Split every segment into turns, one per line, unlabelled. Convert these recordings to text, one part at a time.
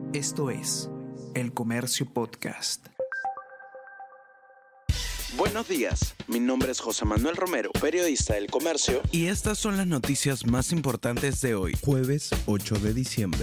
Esto es El Comercio Podcast.
Buenos días, mi nombre es José Manuel Romero, periodista del Comercio.
Y estas son las noticias más importantes de hoy,
jueves 8 de diciembre.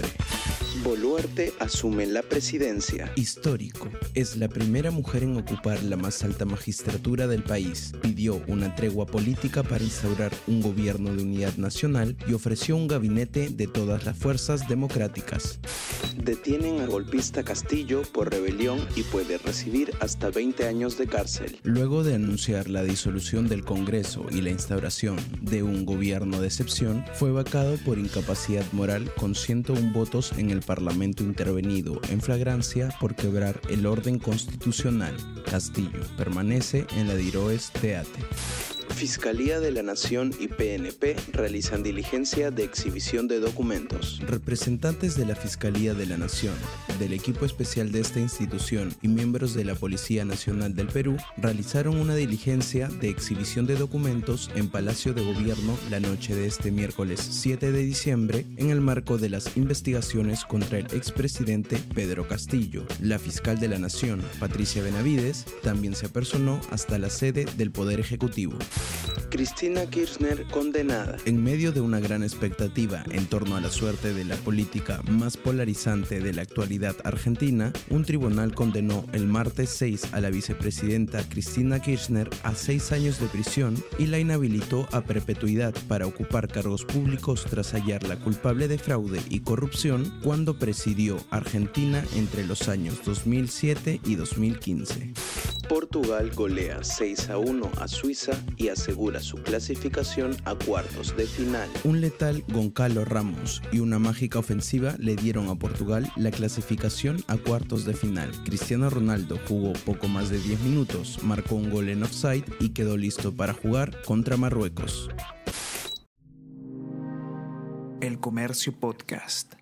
Boluarte asume la presidencia.
Histórico. Es la primera mujer en ocupar la más alta magistratura del país. Pidió una tregua política para instaurar un gobierno de unidad nacional y ofreció un gabinete de todas las fuerzas democráticas.
Detienen a golpista Castillo por rebelión y puede recibir hasta 20 años de cárcel.
Luego de anunciar la disolución del Congreso y la instauración de un gobierno de excepción, fue vacado por incapacidad moral con 101 votos en el Parlamento intervenido en flagrancia por quebrar el orden constitucional. Castillo permanece en la Diroes Teate.
Fiscalía de la Nación y PNP realizan diligencia de exhibición de documentos.
Representantes de la Fiscalía de la Nación, del equipo especial de esta institución y miembros de la Policía Nacional del Perú realizaron una diligencia de exhibición de documentos en Palacio de Gobierno la noche de este miércoles 7 de diciembre en el marco de las investigaciones contra el expresidente Pedro Castillo. La fiscal de la Nación, Patricia Benavides, también se apersonó hasta la sede del Poder Ejecutivo.
Cristina Kirchner condenada.
En medio de una gran expectativa en torno a la suerte de la política más polarizante de la actualidad argentina, un tribunal condenó el martes 6 a la vicepresidenta Cristina Kirchner a 6 años de prisión y la inhabilitó a perpetuidad para ocupar cargos públicos tras hallarla culpable de fraude y corrupción cuando presidió Argentina entre los años 2007 y 2015.
Portugal golea 6-1 a Suiza y asegura su clasificación a cuartos de final.
Un letal Goncalo Ramos y una mágica ofensiva le dieron a Portugal la clasificación a cuartos de final. Cristiano Ronaldo jugó poco más de 10 minutos, marcó un gol en offside y quedó listo para jugar contra Marruecos.
El Comercio Podcast.